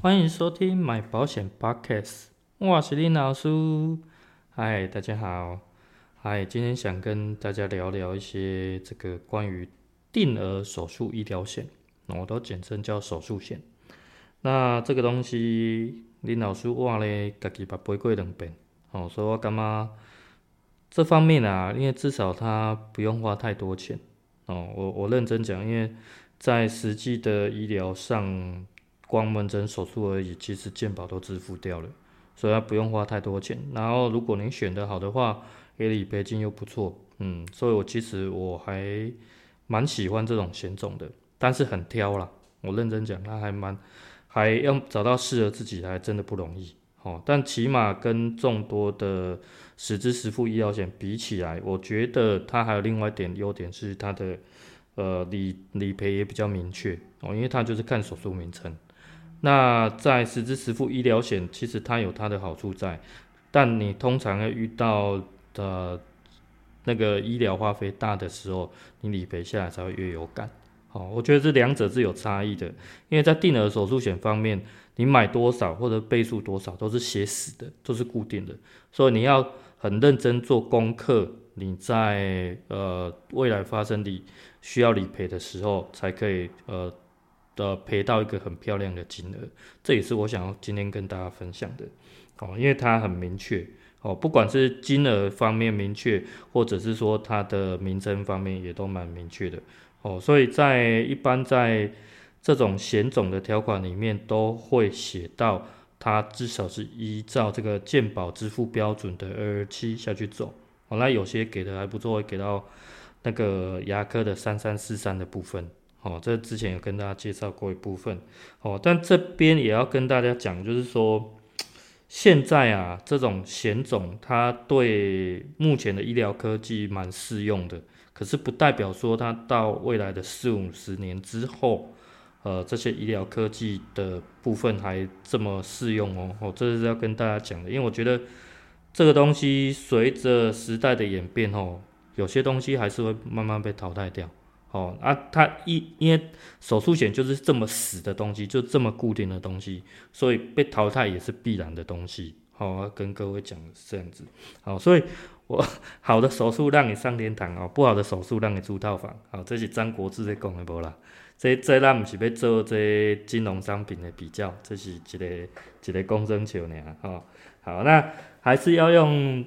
欢迎收听买保险 Podcast， 我是林老师。嗨，大家好。嗨，今天想跟大家聊聊一些这个关于定额手术医疗险，我都简称叫手术险。那这个东西，林老师我咧自己捌飞过2遍，所以我感觉这方面啊，因为至少它不用花太多钱。我认真讲，因为在实际的医疗上，光门诊手术而已，其实健保都支付掉了，所以它不用花太多钱。然后如果你选得好的话，理赔金又不错，所以其实我还蛮喜欢这种险种的，但是很挑啦。我认真讲，它还要找到适合自己的，还真的不容易。但起码跟众多的实支实付医疗险比起来，我觉得它还有另外一点优点是它的理赔也比较明确因为它就是看手术名称。那在实支实付医疗险，其实它有它的好处在，但你通常要遇到那个医疗花费大的时候，你理赔下来才会越有感。我觉得这两者是有差异的，因为在定额手术险方面，你买多少或者倍数多少都是写死的，都是固定的，所以你要很认真做功课，你在未来发生需要理赔的时候，才可以赔到一个很漂亮的金额。这也是我想要今天跟大家分享的因为它很明确不管是金额方面明确，或者是说它的名称方面也都蛮明确的所以一般在这种险种的条款里面都会写到，它至少是依照这个健保支付标准的227下去走那有些给的还不错，会给到那个牙科的3343的部分这之前有跟大家介绍过一部分但这边也要跟大家讲，就是说现在啊这种险种它对目前的医疗科技蛮适用的，可是不代表说它到未来的40-50年之后这些医疗科技的部分还这么适用这是要跟大家讲的。因为我觉得这个东西随着时代的演变有些东西还是会慢慢被淘汰掉因为手术险就是这么死的东西，就这么固定的东西，所以被淘汰也是必然的东西要跟各位讲是这样子所以好的手术让你上天堂不好的手术让你住套房这是张国志在讲的无啦。这咱不是要做这金融商品的比较，这是一个公争球而好，那还是要用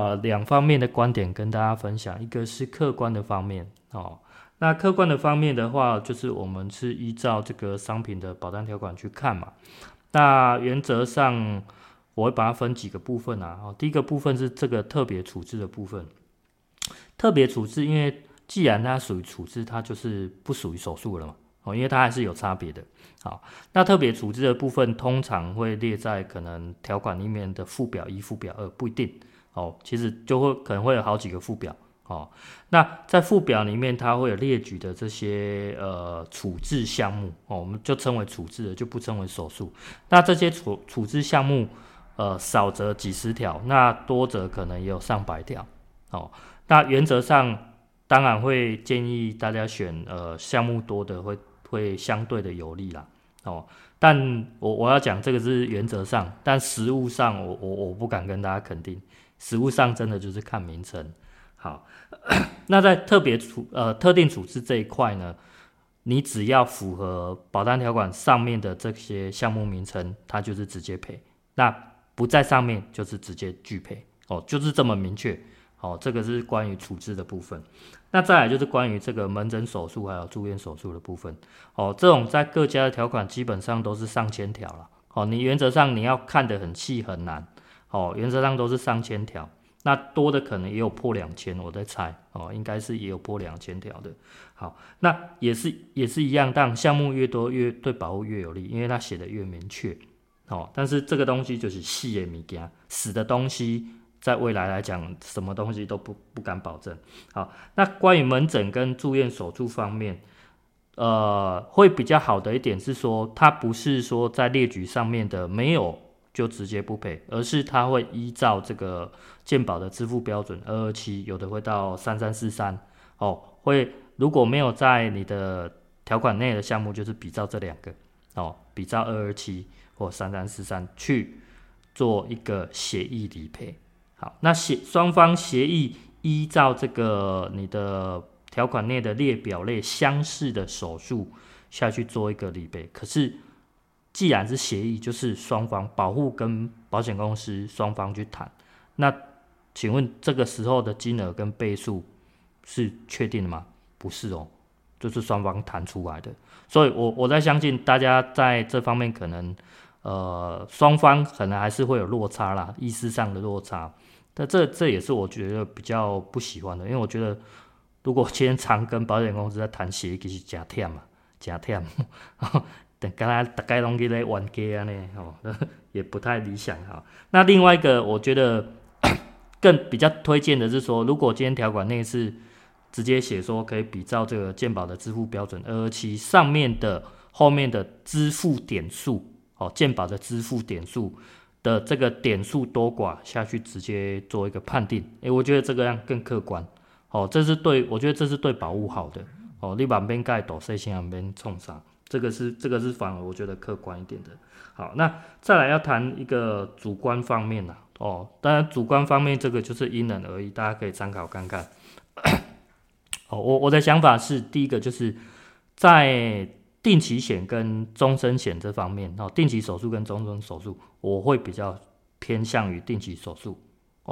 2方面的观点跟大家分享，一个是客观的方面那客观的方面的话，就是我们是依照这个商品的保单条款去看嘛。那原则上我会把它分几个部分第一个部分是这个特别处置的部分。特别处置因为既然它属于处置，它就是不属于手术了嘛因为它还是有差别的。好，那特别处置的部分通常会列在可能条款里面的附表1、附表2，不一定其实可能会有好几个附表那在附表里面它会有列举的这些处置项目我们就称为处置了，就不称为手术。那这些处置项目少则几十条，那多则可能也有上百条那原则上当然会建议大家选项目多的会相对的有利啦但我要讲这个是原则上，但实务上我不敢跟大家肯定，实务上真的就是看名称。好，那在特定处置这一块呢，你只要符合保单条款上面的这些项目名称，它就是直接赔；那不在上面就是直接拒赔就是这么明确这个是关于处置的部分。那再来就是关于这个门诊手术还有住院手术的部分这种在各家的条款基本上都是上千条了你原则上你要看得很细很难原则上都是上千条。那多的可能也有破2000，我在猜应该是也有破2000条的。好，那也是一样，当项目越多越对保护越有利，因为它写的越明确但是这个东西就是细的物件，死的东西在未来来讲什么东西都不敢保证。好，那关于门诊跟住院手术方面会比较好的一点是说，它不是说在列举上面的没有就直接不赔，而是它会依照这个健保的支付标准227，有的会到3343会如果没有在你的条款内的项目，就是比照这2个比照227或3343去做一个协议理赔。好，那双方协议依照这个你的条款内的列表类相似的手术下去做一个理赔。可是既然是协议，就是双方保护跟保险公司双方去谈。那请问这个时候的金额跟倍数是确定的吗？不是哦，就是双方谈出来的。所以我在相信大家在这方面可能双方可能还是会有落差啦，意识上的落差。但这也是我觉得比较不喜欢的，因为我觉得如果今天常跟保险公司在谈协议，其实真忝嘛，真忝。等刚才大概拢去咧冤家呢，也不太理想哈。那另外一个，我觉得更比较推荐的是说，如果今天条款内是直接写说可以比照这个健保的支付标准227上面的后面的支付点数，健保的支付点数的这个点数多寡下去直接做一个判定，我觉得这个样更客观，这是对，我觉得这是对保护好的，你把边盖斗谁先边冲啥，这个是反而我觉得客观一点的。好，那再来要谈一个主观方面啦，当然主观方面这个就是因人而异，大家可以参考看看。我的想法是，第一个就是在定期险跟终身险这方面，定期手术跟终身手术，我会比较偏向于定期手术。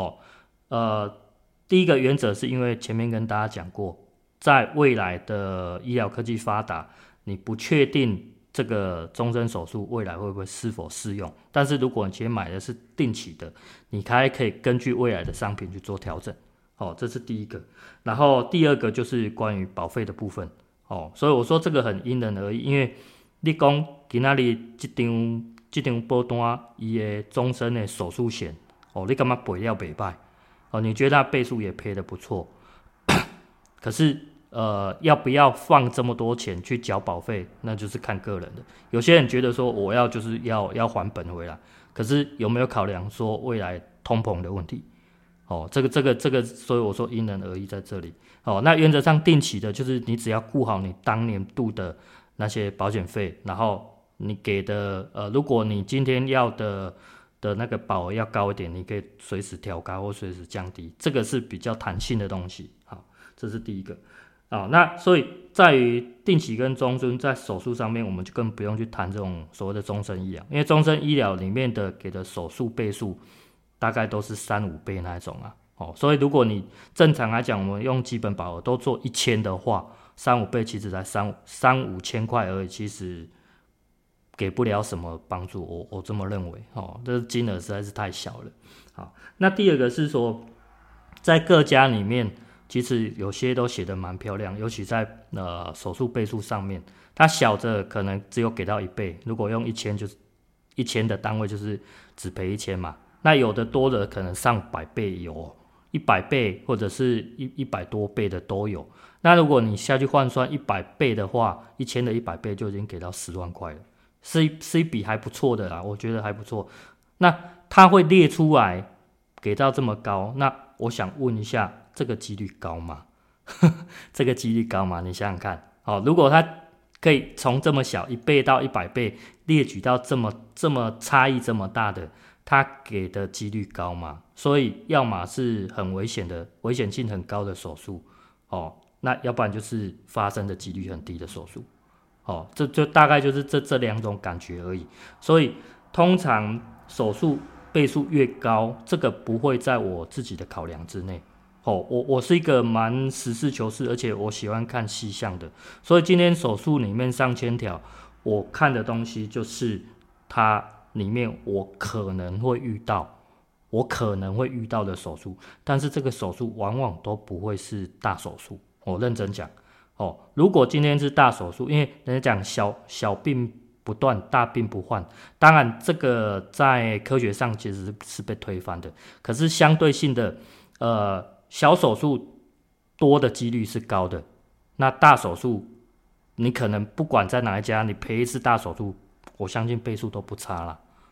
第一个原则是因为前面跟大家讲过，在未来的医疗科技发达，你不确定这个终身手术未来会不会是否适用，但是如果你今天买的是定期的，你还可以根据未来的商品去做调整。这是第一个。然后第二个就是关于保费的部分。所以我说这个很因人而异，因为你讲今仔日这张保单伊的终身的手术险，你感觉赔了袂歹，你觉得它倍数也赔得不错，可是要不要放这么多钱去缴保费，那就是看个人的。有些人觉得说我就是要还本回来，可是有没有考量说未来通膨的问题？这个，所以我说因人而异在这里。那原则上定期的，就是你只要顾好你当年度的那些保险费，然后你给的如果你今天要的那个保额要高一点，你可以随时调高或随时降低，这个是比较弹性的东西。好，这是第一个。那所以在于定期跟终身在手术上面，我们就更不用去谈这种所谓的终身医疗，因为终身医疗里面的给的手术倍数大概都是3-5倍那一种啊。所以如果你正常来讲，我们用基本保额都做1000的话，3-5倍其实才3-5千块而已，其实给不了什么帮助，我这么认为。这金额实在是太小了。好，那第二个是说，在各家里面，其实有些都写得蛮漂亮，尤其在手术倍数上面，它小的可能只有给到1倍，如果用1000就是1000的单位就是只赔1000嘛。那有的多的可能上百倍有，100倍或者是100多倍的都有。那如果你下去换算100倍的话，1000的100倍就已经给到10万块了，是一笔还不错的啦，我觉得还不错。那它会列出来给到这么高，那我想问一下，这个几率高吗？这个几率高吗？你想想看，如果它可以从这么小1倍到100倍列举到这么差异这么大的，它给的几率高吗？所以要么是很危险的，危险性很高的手术，那要不然就是发生的几率很低的手术，这就大概就是这两种感觉而已。所以通常手术倍数越高，这个不会在我自己的考量之内。我是一个蛮实事求是，而且我喜欢看细项的，所以今天手术里面上千条，我看的东西就是它里面我可能会遇到的手术，但是这个手术往往都不会是大手术。我认真讲，如果今天是大手术，因为人家讲小病不断，大病不换，当然这个在科学上其实是被推翻的，可是相对性的小手术多的几率是高的，那大手术你可能不管在哪一家，你赔一次大手术，我相信倍数都不差啦。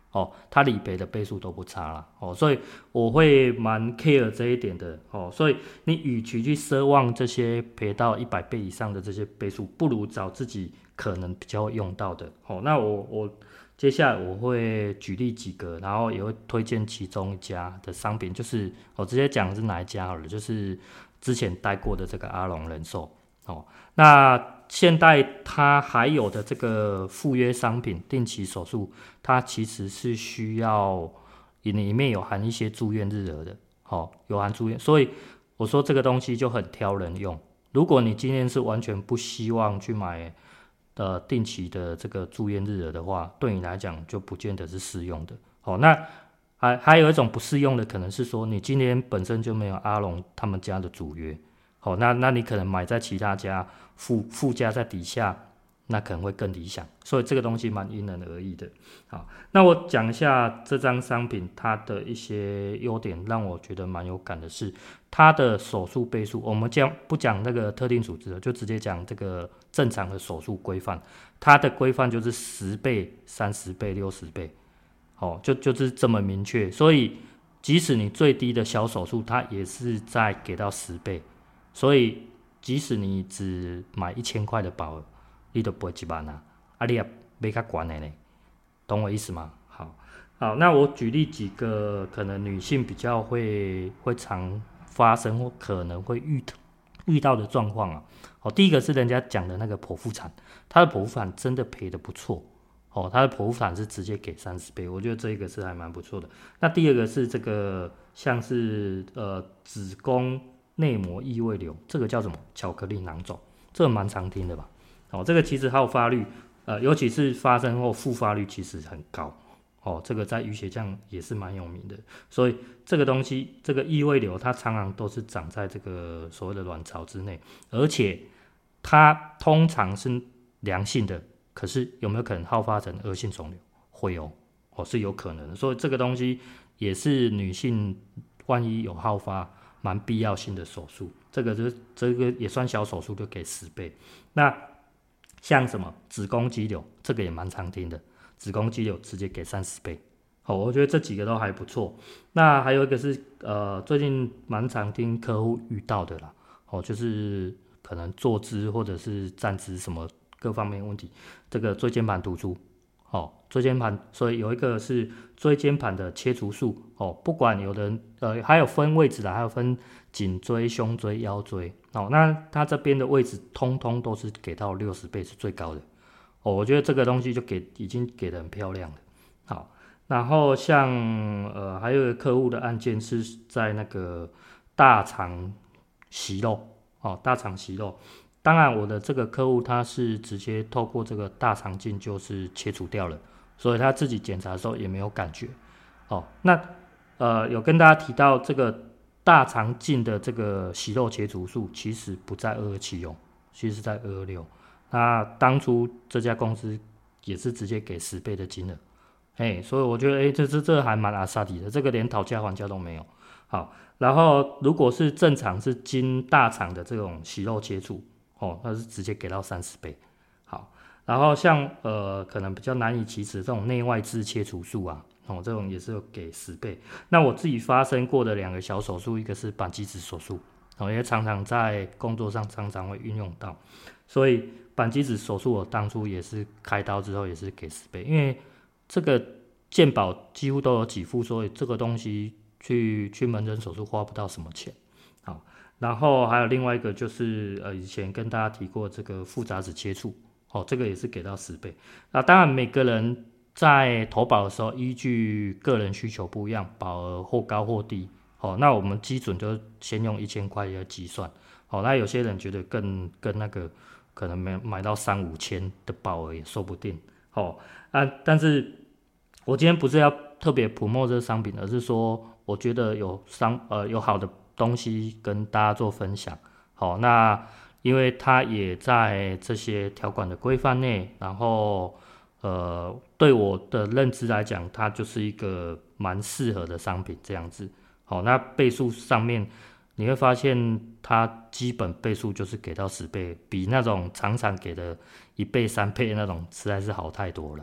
它理赔的倍数都不差啦，所以我会蛮 care 这一点的，所以你与其去奢望这些赔到100倍以上的这些倍数，不如找自己可能比较用到的，那我接下来我会举例几个，然后也会推荐其中一家的商品，就是我直接讲是哪一家好了，就是之前带过的这个阿龙人寿，那现代它还有的这个附约商品定期手术，它其实是需要里面有含一些住院日额的，有含住院，所以我说这个东西就很挑人用。如果你今天是完全不希望去买定期的这个住院日额的话，对你来讲就不见得是适用的。那还有一种不适用的，可能是说你今天本身就没有阿龙他们家的主约，那你可能买在其他家附加在底下，那可能会更理想，所以这个东西蛮因人而异的。好，那我讲一下这张商品它的一些优点，让我觉得蛮有感的是它的手术倍数，我们不讲那个特定组织了，就直接讲这个正常的手术规范，它的规范就是10倍、30倍、60倍，就是这么明确，所以即使你最低的小手术，它也是在给到10倍，所以即使你只买1000块的保额，你都不会1万啊，你也买较悬的呢，懂我意思吗？好，那我举例几个可能女性比较会常发生或可能会遇到的状况啊。第一个是人家讲的那个剖腹产，她的剖腹产真的赔得不错，她的剖腹产是直接给30倍，我觉得这一个是还蛮不错的。那第二个是这个像是子宫内膜异位瘤，这个叫什么巧克力囊肿，这个蛮常听的吧？这个其实好发率，尤其是发生后复发率其实很高，这个在淤血浆也是蛮有名的。所以这个东西，这个异位瘤它常常都是长在这个所谓的卵巢之内，而且它通常是良性的，可是有没有可能好发成恶性肿瘤？会是有可能的。所以这个东西也是女性万一有好发蛮必要性的手术，这个也算小手术，就给10倍。那像什么子宫肌瘤，这个也蛮常听的，子宫肌瘤直接给30倍。我觉得这几个都还不错。那还有一个是最近蛮常听客户遇到的啦，就是可能坐姿或者是站姿什么各方面问题，这个椎间盘突出，椎间盘，所以有一个是椎间盘的切除术，不管有人还有分位置的，还有分颈椎、胸椎、腰椎，那它这边的位置通通都是给到60倍是最高的，我觉得这个东西就已经给得很漂亮了。好，然后像还有一个客户的案件是在那个大肠息肉，大肠息肉。当然我的这个客户他是直接透过这个大肠镜就是切除掉了，所以他自己检查的时候也没有感觉。那有跟大家提到这个大肠镜的这个息肉切除术其实不在227用，其实是在226。那当初这家公司也是直接给10倍的金额，所以我觉得这还蛮阿萨迪的，这个连讨价还价都没有。好，然后如果是正常是经大肠的这种息肉切除，它是直接给到30倍。好，然后像可能比较难以启齿这种内外痔切除术啊，这种也是有给10倍。那我自己发生过的2个小手术，一个是扳机指手术，也常常在工作上常常会运用到，所以扳机指手术我当初也是开刀之后也是给10倍，因为这个健保几乎都有给付，所以这个东西去门诊手术花不到什么钱。好，然后还有另外一个就是以前跟大家提过这个复杂子切除，这个也是给到10倍。那当然每个人在投保的时候依据个人需求不一样，保额或高或低，那我们基准就先用1000块来计算。那有些人觉得更那个可能买到3-5千的保额也说不定。但是我今天不是要特别 promote 这个商品，而是说我觉得有好的东西跟大家做分享。那因为它也在这些条款的规范内，然后对我的认知来讲，它就是一个蛮适合的商品这样子。那倍数上面你会发现它基本倍数就是给到10倍，比那种常常给的1倍3倍那种实在是好太多了。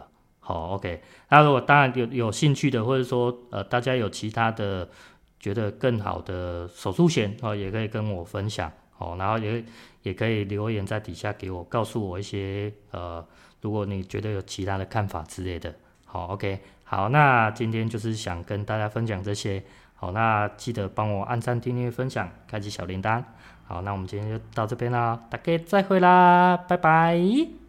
好，OK。那如果当然有兴趣的，或者说大家有其他的觉得更好的手术险哦，也可以跟我分享哦，然后也可以留言在底下给我，告诉我一些如果你觉得有其他的看法之类的。好，OK。好，那今天就是想跟大家分享这些。好，那记得帮我按赞、订阅、分享，开启小铃铛。好，那我们今天就到这边啦，大家再会啦，拜拜。